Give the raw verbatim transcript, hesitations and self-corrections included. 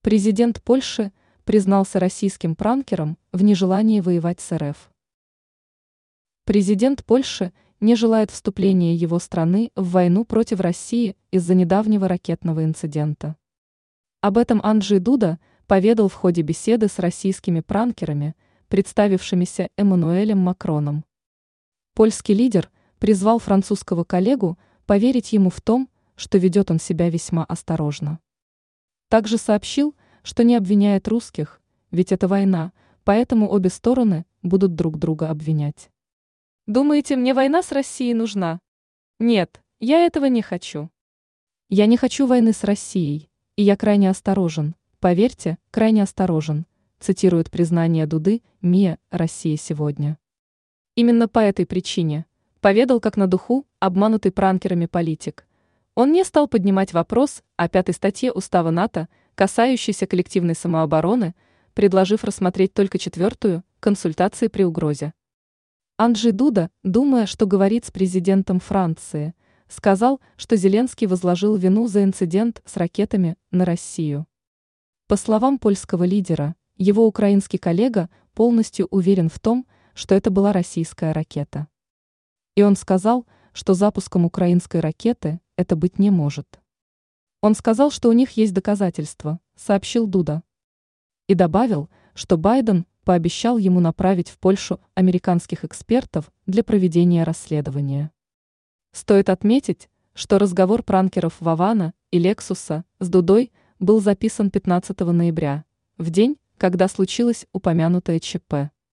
Президент Польши признался российским пранкером в нежелании воевать с эр эф. Президент Польши не желает вступления его страны в войну против России из-за недавнего ракетного инцидента. Об этом Анджей Дуда поведал в ходе беседы с российскими пранкерами, представившимися Эммануэлем Макроном. Польский лидер призвал французского коллегу поверить ему в том, что ведет он себя весьма осторожно. Также сообщил, что не обвиняет русских, ведь это война, поэтому обе стороны будут друг друга обвинять. Думаете, мне война с Россией нужна? Нет, я этого не хочу. Я не хочу войны с Россией, и я крайне осторожен, поверьте, крайне осторожен, цитирует признание Дуды МИА «Россия сегодня». Именно по этой причине, поведал как на духу обманутый пранкерами политик, он не стал поднимать вопрос о пятой статье Устава НАТО, касающейся коллективной самообороны, предложив рассмотреть только четвертую – консультации при угрозе. Анджей Дуда, думая, что говорит с президентом Франции, сказал, что Зеленский возложил вину за инцидент с ракетами на Россию. По словам польского лидера, его украинский коллега полностью уверен в том, что это была российская ракета. И он сказал, что запуском украинской ракеты это быть не может. Он сказал, что у них есть доказательства, сообщил Дуда. И добавил, что Байден пообещал ему направить в Польшу американских экспертов для проведения расследования. Стоит отметить, что разговор пранкеров Вавана и Лексуса с Дудой был записан пятнадцатого ноября, в день, когда случилось упомянутое ЧП.